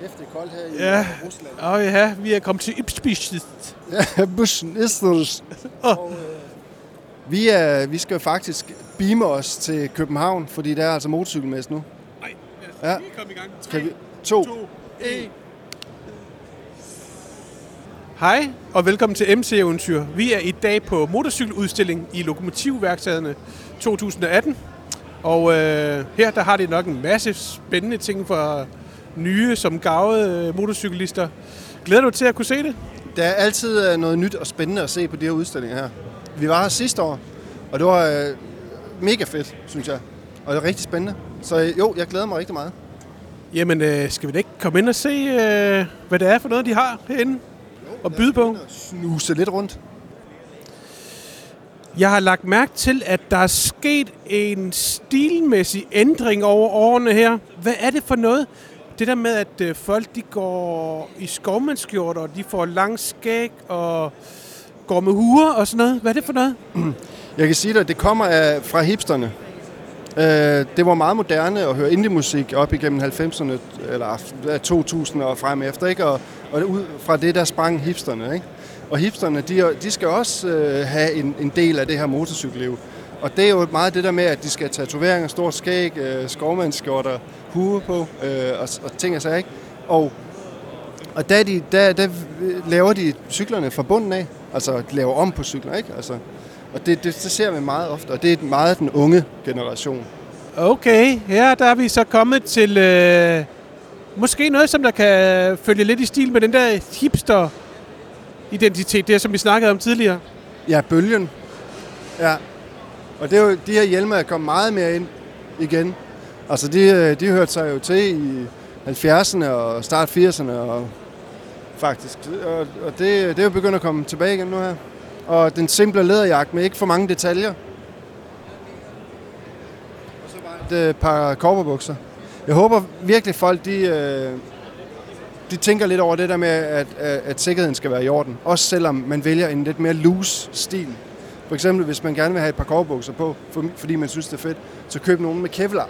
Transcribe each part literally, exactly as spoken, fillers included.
hæftig koldt her i ja. Rusland. Og ja, vi er kommet til Ipspich. Ja, bussen Isters. Og øh, vi, er, vi skal faktisk beame os til København, fordi der er altså motorcykelmesse nu. Nej, ja. ja. Vi er kommet i gang. tre, vi? To. to, et. Hej, og velkommen til M C-eventyr. Vi er i dag på motorcykeludstilling i Lokomotivværkstederne to tusind atten. Og øh, her der har de nok en masse spændende ting for nye som gavede øh, motorcyklister. Glæder du til at kunne se det? Der er altid noget nyt og spændende at se på de her udstillinger her. Vi var her sidste år, og det var øh, mega fedt, synes jeg. Og det er rigtig spændende. Så øh, jo, jeg glæder mig rigtig meget. Jamen, øh, skal vi da ikke komme ind og se, øh, hvad det er for noget, de har herinde og byde på? Snuse lidt rundt. Jeg har lagt mærke til, at der er sket en stilmæssig ændring over årene her. Hvad er det for noget? Det der med, at øh, folk de går i skovmandskjorter, og de får lang skæg og går med huer og sådan noget. Hvad er det for noget? Jeg kan sige dig, at det kommer af, fra hipsterne. Øh, det var meget moderne at høre indie-musik op igennem halvfemserne, eller to tusind og frem efter, ikke? Og, og ud fra det, der sprang hipsterne, ikke? Og hipsterne, de, de skal også øh, have en, en del af det her motorcykelliv. Og det er jo meget det der med, at de skal have tatoveringer, stort skæg, øh, skovmandskjorter, hue på øh, og, og ting og sager, ikke? Og, og der, de, der, der laver de cyklerne fra bunden af, altså de laver om på cykler, ikke? Altså, og det, det, det ser vi meget ofte, og det er meget den unge generation. Okay, her der er vi så kommet til øh, måske noget, som der kan følge lidt i stil med den der hipster-identitet, det som vi snakkede om tidligere. Ja, bølgen. Ja. Og det er jo, de her hjelme er kommet meget mere ind igen. Altså, de, de hørte sig jo til i halvfjerdserne og start firserne, og faktisk. Og, og det, det er jo begyndt at komme tilbage igen nu her. Og den simple læderjagt med ikke for mange detaljer. Og så bare et par korperbukser. Jeg håber virkelig folk, de, de tænker lidt over det der med, at, at sikkerheden skal være i orden. Også selvom man vælger en lidt mere loose stil. For eksempel, hvis man gerne vil have et par korperbukser på, fordi man synes, det er fedt, så køb nogen med Kevlar.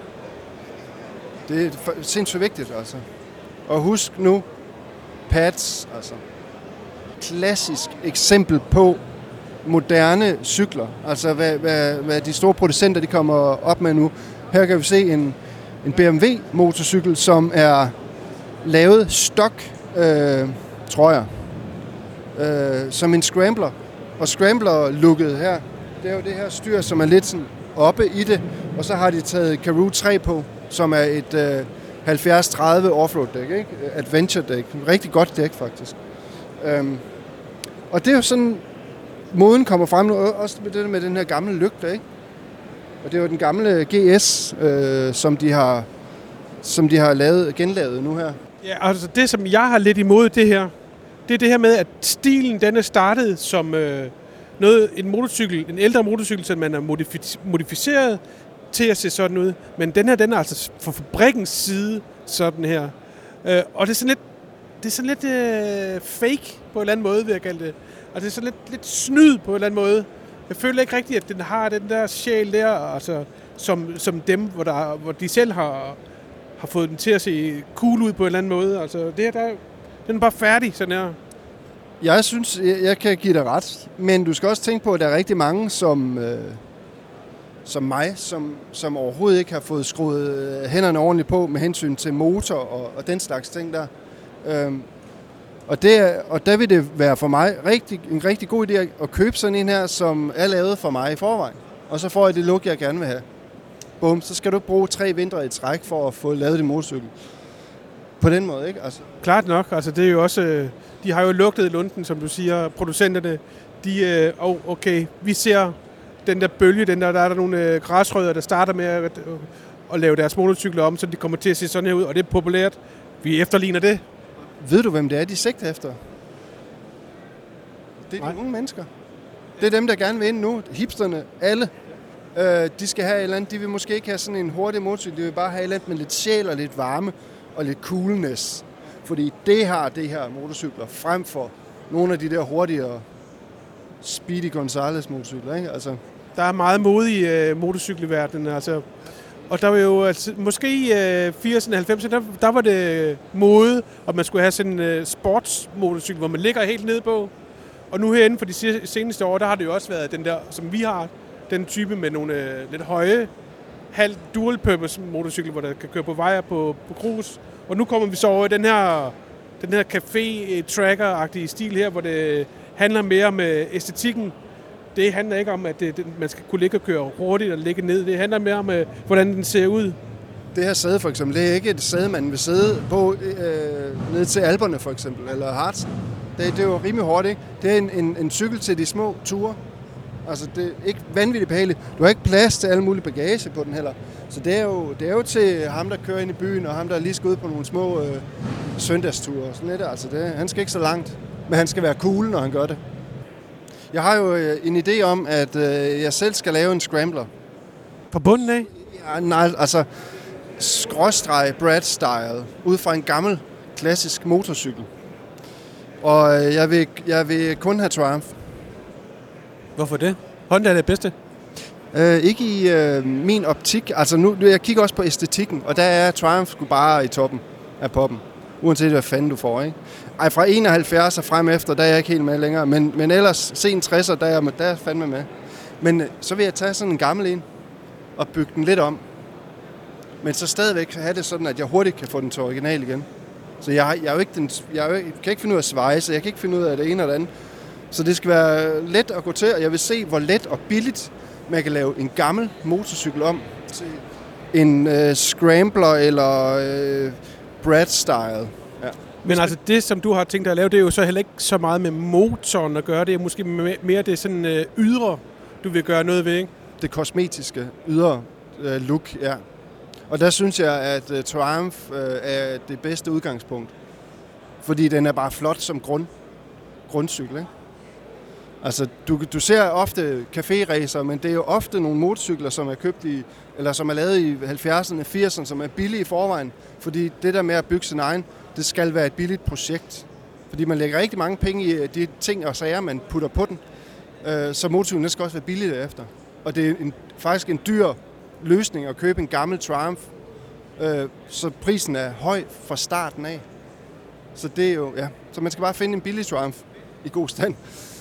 Det er sindssygt vigtigt, altså. Og husk nu, pads, altså. Klassisk eksempel på moderne cykler. Altså, hvad, hvad, hvad de store producenter, de kommer op med nu. Her kan vi se en, en B M W-motorcykel, som er lavet stok, øh, tror jeg, øh, som en scrambler. Og scrambler-looket her, det er jo det her styr, som er lidt sådan oppe i det. Og så har de taget Karoo tre på, som er et øh, halvfjerds tredive offroad-dæk, ikke? Adventure-dæk. Rigtig godt dæk, faktisk. Øhm, og det er jo sådan, moden kommer frem nu, også med det med den her gamle lygte, ikke? Og det er jo den gamle G S, øh, som de har, som de har lavet, genlavet nu her. Ja, altså det, som jeg har lidt imod det her, det er det her med, at stilen den er startet som øh, noget, en motorcykel, en ældre motorcykel, som man er modifi- modificeret til at se sådan ud. Men den her, den er altså fra fabrikkens side sådan her. Øh, og det er sådan lidt, det er sådan lidt øh, fake på en eller anden måde, vil jeg kalde det. Og det er sådan lidt, lidt snyd på en eller anden måde. Jeg føler ikke rigtigt, at den har den der sjæl der, altså, som, som dem, hvor, der, hvor de selv har, har fået den til at se cool ud på en eller anden måde. Altså, det her, der, den er bare færdig, sådan her. Jeg synes, jeg, jeg kan give dig ret, men du skal også tænke på, at der er rigtig mange, som, øh, som mig, som, som overhovedet ikke har fået skruet hænderne ordentligt på med hensyn til motor og, og den slags ting der. Øhm, og, det, og der vil det være for mig rigtig, en rigtig god idé at købe sådan en her, som er lavet for mig i forvejen. Og så får jeg det look, jeg gerne vil have. Bum, så skal du bruge tre vintre i træk for at få lavet din motorcykel. På den måde, ikke? Altså. Klart nok. Altså, det er jo også, de har jo lugtet lunden, som du siger. Producenterne, de, oh, okay, vi ser den der bølge, den der, der er der nogle øh, græsrødder, der starter med at, øh, at lave deres motorcykler om, så de kommer til at se sådan her ud, og det er populært. Vi efterligner det. Ved du, hvem det er, de sigter efter? Det er de unge mennesker. Det er dem, der gerne vil ind nu. Hipsterne, alle. Øh, de skal have et eller andet. De vil måske ikke have sådan en hurtig motorcykel. De vil bare have et eller andet med lidt sjæl og lidt varme og lidt coolness. Fordi det har det her motorcykler frem for nogle af de der hurtigere Speedy Gonzales motorcykler, ikke? Altså. Der er meget mod i øh, motorcykelverdenen, altså. Og der var jo altså, måske i øh, firserne og halvfemserne, der, der var det mode, at man skulle have sådan en øh, sportsmotorcykel, hvor man ligger helt nede på. Og nu herinde for de seneste år, der har det jo også været den der, som vi har, den type med nogle øh, lidt høje, halv dual-purpose motorcykel, hvor der kan køre på vejer på, på grus. Og nu kommer vi så over i den her, den her café-tracker-agtige stil her, hvor det handler mere om øh, æstetikken. Det handler ikke om, at det, det, man skal kunne ligge og køre hurtigt og ligge ned. Det handler mere om, øh, hvordan den ser ud. Det her sæde for eksempel, det er ikke et sæde, man vil sidde på øh, ned til Alperne for eksempel, eller Harzen. Det, det er jo rimelig hårdt, ikke? Det er en, en, en cykel til de små ture. Altså, det er ikke vanvittigt behageligt. Du har ikke plads til alle mulige bagage på den heller. Så det er jo, det er jo til ham, der kører ind i byen, og ham, der lige skal ud på nogle små øh, søndagsture. Sådan lidt, altså det, han skal ikke så langt, men han skal være cool, når han gør det. Jeg har jo øh, en idé om, at øh, jeg selv skal lave en scrambler. På bunden af? Ja, nej, altså skråstreg Brad-style, ud fra en gammel, klassisk motorcykel. Og øh, jeg, vil, jeg vil kun have Triumph. Hvorfor det? Honda er det bedste? Øh, ikke i øh, min optik. Altså nu, jeg kigger også på æstetikken, og der er Triumph sgu bare i toppen af poppen. Uanset hvad fanden du får, ikke? Ej, fra enoghalvfjerds og frem efter, der er jeg ikke helt med længere. Men, men ellers, sen tresser, der er jeg, der er jeg fandme med. Men øh, så vil jeg tage sådan en gammel en og bygge den lidt om. Men så stadigvæk have det sådan, at jeg hurtigt kan få den til original igen. Så jeg, jeg, er jo ikke den, jeg, er jo ikke, kan ikke finde ud af svejse, jeg kan ikke finde ud af det ene eller det andet. Så det skal være let at gå til, og jeg vil se, hvor let og billigt man kan lave en gammel motorcykel om til en øh, scrambler eller øh, Brad-style. Ja. Men altså det, som du har tænkt dig at lave, det er jo så heller ikke så meget med motoren at gøre. Det er måske mere det sådan øh, ydre, du vil gøre noget ved, ikke? Det kosmetiske ydre øh, look, ja. Og der synes jeg, at uh, Triumph uh, er det bedste udgangspunkt. Fordi den er bare flot som grund, grundcykel, ikke? Altså, du, du ser ofte café-racer, men det er jo ofte nogle motorcykler, som er købt i, eller som er lavet i halvfjerdserne, firserne, som er billige i forvejen. Fordi det der med at bygge sin egen, det skal være et billigt projekt. Fordi man lægger rigtig mange penge i de ting og sager, man putter på den. Uh, så motorcyklen skal også være billig derefter. Og det er en, faktisk en dyr løsning at købe en gammel Triumph, øh, så prisen er høj fra starten af. Så det er jo, ja. Så man skal bare finde en billig Triumph i god stand.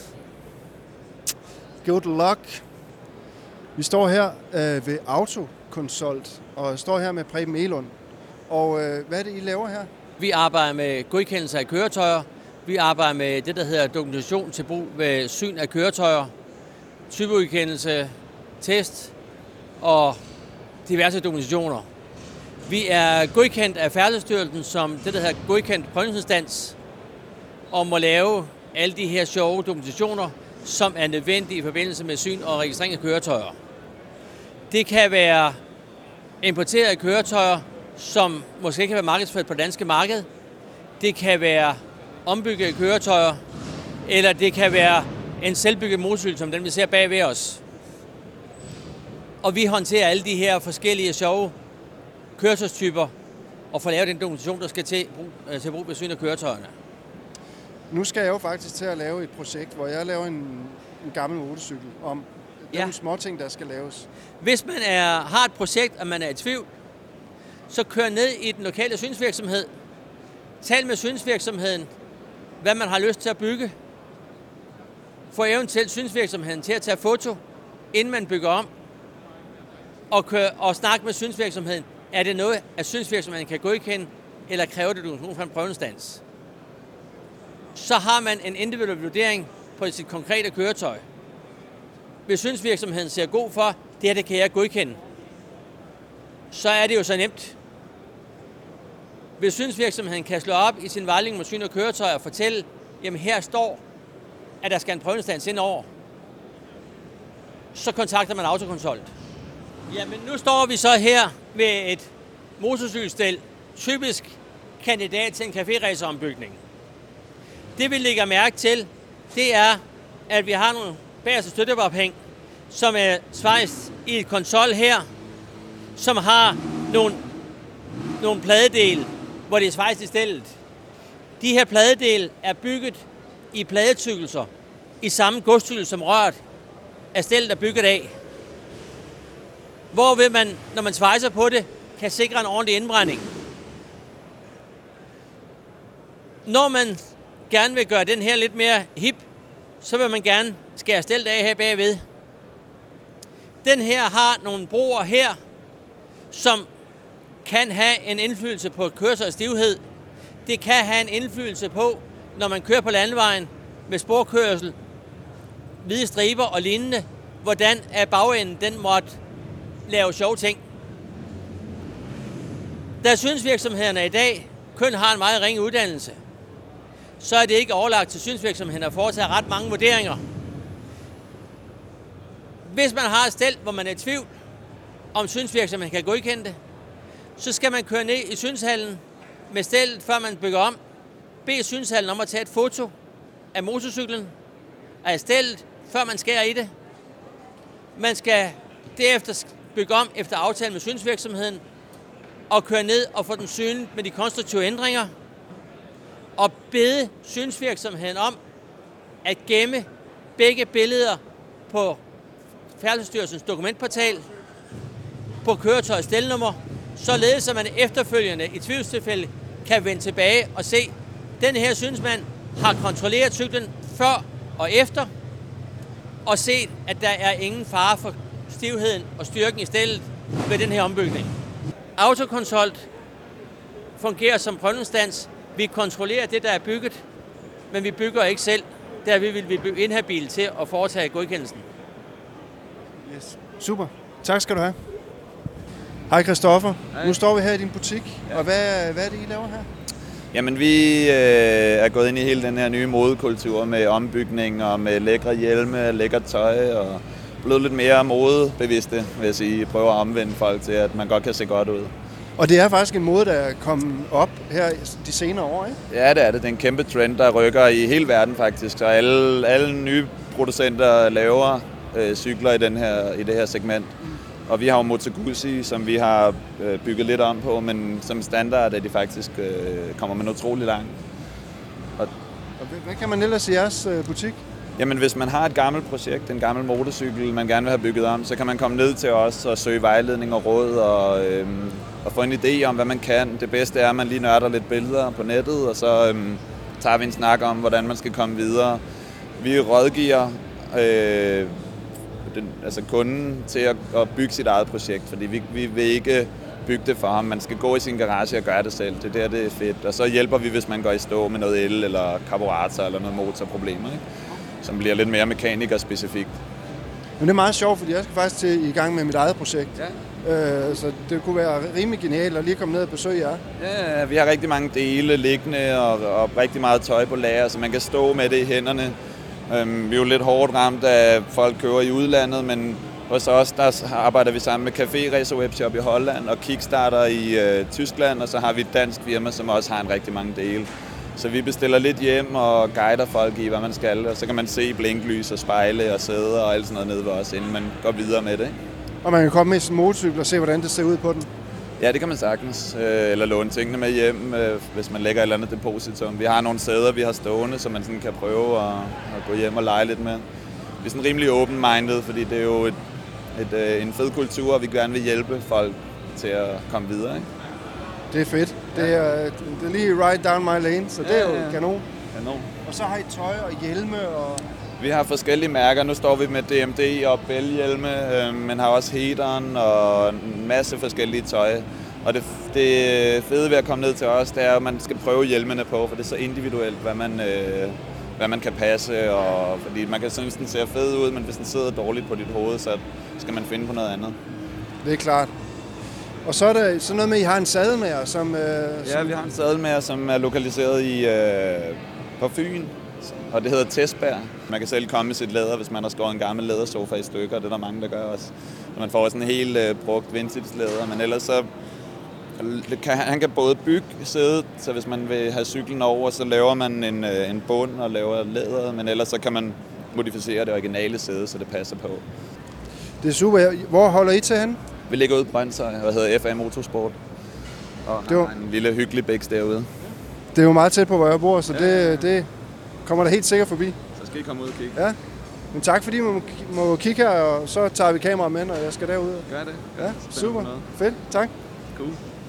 Good luck. Vi står her øh, ved Autoconsult, og står her med Preben Egelund. Og øh, hvad er det, I laver her? Vi arbejder med godkendelse af køretøjer. Vi arbejder med det, der hedder dokumentation til brug ved syn af køretøjer. Typegodkendelse, test og diverse dokumentationer. Vi er godkendt af Færdselsstyrelsen som det, der hedder godkendt prøvningsinstans, og må lave alle de her sjove dokumentationer, som er nødvendige i forbindelse med syn og registrering af køretøjer. Det kan være importerede køretøjer, som måske ikke kan være markedsført på det danske marked. Det kan være ombyggede køretøjer, eller det kan være en selvbygget motorcykel, som den vi ser bag ved os. Og vi håndterer alle de her forskellige sjove køretøjstyper og får lavet den dokumentation, der skal til, til brug ved syn af køretøjerne. Nu skal jeg jo faktisk til at lave et projekt, hvor jeg laver en, en gammel motorcykel om ja. nogle små ting, der skal laves. Hvis man er, har et projekt, og man er i tvivl, så kør ned i den lokale synsvirksomhed. Tal med synsvirksomheden, hvad man har lyst til at bygge. Få eventuelt synsvirksomheden til at tage foto, inden man bygger om. Og, køre, og snakke med synsvirksomheden. Er det noget, at synsvirksomheden kan godkende, eller kræver det dokumentation fra en prøveinstans? Så har man en individuel vurdering på sit konkrete køretøj. Hvis synsvirksomheden ser god for, det her det kan jeg godkende, så er det jo så nemt. Hvis synsvirksomheden kan slå op i sin vejledning med syn og køretøj og fortælle, jamen her står, at der skal en prøveinstans ind over, så kontakter man Autoconsult. Jamen nu står vi så her med et motorcykelstel, typisk kandidat til en café-racerombygning. Det vi lægger mærke til, det er, at vi har nogle bagerste støtteophæng, som er svejst i et konsol her, som har nogle, nogle pladedele, hvor det er svejst i stellet. De her pladedele er bygget i pladetykkelser, i samme godstykkelse som røret af stellet er bygget af. hvorved man, når man svejser på det, kan sikre en ordentlig indbrænding. Når man gerne vil gøre den her lidt mere hip, så vil man gerne skære steltet af her bagved. Den her har nogle broer her, som kan have en indflydelse på køretøjets stivhed. Det kan have en indflydelse på, når man kører på landevejen med sporkørsel, hvide striber og lignende, hvordan er bagenden den måtte lave sjove ting. Da synsvirksomhederne i dag kun har en meget ringe uddannelse, så er det ikke overlagt til synsvirksomhederne at foretage ret mange vurderinger. Hvis man har et stel, hvor man er i tvivl, om synsvirksomheden kan godkende det, så skal man køre ned i synshallen med stellet, før man bygger om. Bed synshallen om at tage et foto af motorcyklen, af stellet, før man skærer i det. Man skal derefter bygge om efter aftale med synsvirksomheden og køre ned og få den synet med de konstruktive ændringer og bede synsvirksomheden om at gemme begge billeder på Færdselsstyrelsens dokumentportal på køretøjets stelnummer, således at man efterfølgende i tvivlstilfælde kan vende tilbage og se, at den her synsmand har kontrolleret cyklen før og efter, og set, at der er ingen fare for stivheden og styrken i stellet ved den her ombygning. Autoconsult fungerer som prøvningsinstans. Vi kontrollerer det, der er bygget, men vi bygger ikke selv. Der vil vi blive inhabile til at foretage godkendelsen. Yes. Super. Tak skal du have. Hej Christoffer. Hej. Nu står vi her i din butik, ja. Og hvad, hvad er det, I laver her? Jamen, vi øh, er gået ind i hele den her nye modekultur med ombygning og med lækre hjelme, lækkert tøj og blevet lidt mere modebevidste, vil jeg sige. Prøver at omvende folk til, at man godt kan se godt ud. Og det er faktisk en mode, der er kommet op her de senere år, ikke? Ja, det er det. Det er en kæmpe trend, der rykker i hele verden faktisk. Så alle, alle nye producenter laver øh, cykler i, den her, i det her segment. Og vi har jo Moto Guzzi, som vi har øh, bygget lidt om på, men som standard er de faktisk øh, kommer man utrolig langt. Og, og hvad kan man ellers i jeres øh, butik? Jamen, hvis man har et gammelt projekt, en gammel motorcykel, man gerne vil have bygget om, så kan man komme ned til os og søge vejledning og råd og, øh, og få en idé om, hvad man kan. Det bedste er, at man lige nørder lidt billeder på nettet, og så øh, tager vi en snak om, hvordan man skal komme videre. Vi rådgiver øh, den, altså kunden til at, at bygge sit eget projekt, fordi vi, vi vil ikke bygge det for ham. Man skal gå i sin garage og gøre det selv. Det er der, det er fedt. Og så hjælper vi, hvis man går i stå med noget el eller karburator eller noget motorproblemer, ikke? Som bliver lidt mere mekanikerspecifikt. Men det er meget sjovt, fordi jeg skal faktisk til i gang med mit eget projekt. Ja. Øh, så det kunne være rimelig genialt at lige komme ned og besøge jer. Ja, vi har rigtig mange dele liggende og, og rigtig meget tøj på lager, så man kan stå med det i hænderne. Øhm, vi er jo lidt hårdt ramt af folk kører i udlandet, men hos os der arbejder vi sammen med Café Racer Webshop i Holland og Kickstarter i øh, Tyskland, og så har vi et dansk firma, som også har en rigtig mange dele. Så vi bestiller lidt hjem og guider folk i, hvad man skal, og så kan man se blinklys og spejle og sæder og alt sådan noget nede ved os, inden man går videre med det. Ikke? Og man kan komme med sin motorcykel og se, hvordan det ser ud på den? Ja, det kan man sagtens. Eller låne tingene med hjem, hvis man lægger et eller andet depositum. Vi har nogle sæder, vi har stående, så man sådan kan prøve at, at gå hjem og lege lidt med. Vi er sådan rimelig open-minded, fordi det er jo et, et, en fed kultur, og vi gerne vil hjælpe folk til at komme videre. Ikke? Det er fedt. Det er, det er lige right down my lane, så det er jo kanon. kanon. Og så har I tøj og hjelme og... Vi har forskellige mærker. Nu står vi med D M D og Bell-hjelme, øh, men har også Hedron og en masse forskellige tøj. Og det, det fede ved at komme ned til os, det er, at man skal prøve hjelmene på, for det er så individuelt, hvad man, øh, hvad man kan passe. Og, fordi man kan synes, den ser fed ud, men hvis den sidder dårligt på dit hoved, så skal man finde på noget andet. Det er klart. Og så er der sådan noget med, at I har en sadelmager, som... Øh, ja, som... vi har en sadelmager, som er lokaliseret i, øh, på Fyn, og det hedder Testbær. Man kan selv komme med sit læder, hvis man har skåret en gammel lædersofa i stykker, det er der mange, der gør også. Så man får sådan en helt øh, brugt vintage-læder, men ellers så... Kan, han kan både bygge sædet, så hvis man vil have cyklen over, så laver man en, øh, en bund og laver læder, men ellers så kan man modificere det originale sæde, så det passer på. Det er super. Hvor holder I til henne? Vi ligger ude i Brøndshøj, og hedder F A Motorsport. Og det var... har en lille hyggelig bæks derude. Det er jo meget tæt på, hvor jeg bor, så ja. det, det kommer der helt sikkert forbi. Så skal I komme ud og kigge. Ja. Men tak fordi man må, må kigge her, og så tager vi kameraet med, når jeg skal derud. Gør det. Ja, super. Fedt. Tak. Cool.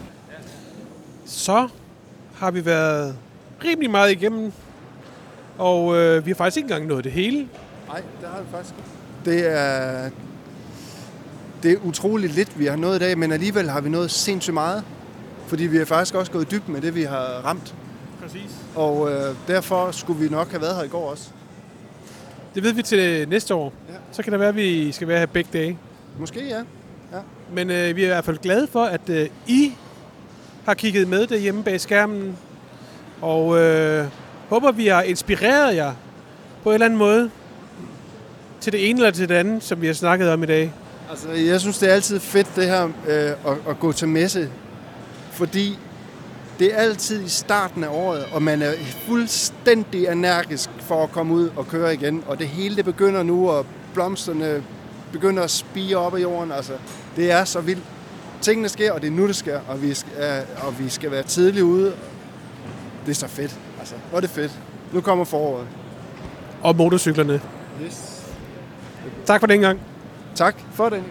Så har vi været rimelig meget igennem, og øh, vi har faktisk ikke engang nået det hele. Nej, det har vi faktisk. Det er, det er utroligt lidt, vi har nået i dag, men alligevel har vi nået sindssygt meget. Fordi vi har faktisk også gået i dybden med det, vi har ramt. Præcis. Og øh, derfor skulle vi nok have været her i går også. Det ved vi til næste år. Ja. Så kan det være, at vi skal være her begge dage. Måske, ja. ja. Men øh, vi er i hvert fald glade for, at øh, I har kigget med derhjemme bag skærmen. Og øh, håber, vi har inspireret jer på en eller anden måde til det ene eller til det andet, som vi har snakket om i dag. Altså, jeg synes, det er altid fedt, det her øh, at, at gå til messe. Fordi det er altid i starten af året, og man er fuldstændig energisk for at komme ud og køre igen. Og det hele det begynder nu, og blomsterne begynder at spire op af jorden. Altså, det er så vildt. Tingene sker, og det er nu, det sker, og vi skal, øh, og vi skal være tidligt ude. Det er så fedt. Altså, hvor er det fedt. Nu kommer foråret. Og motorcyklerne. Yes. Tak for den gang. Tak for den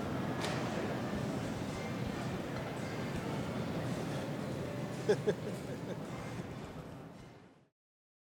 gang.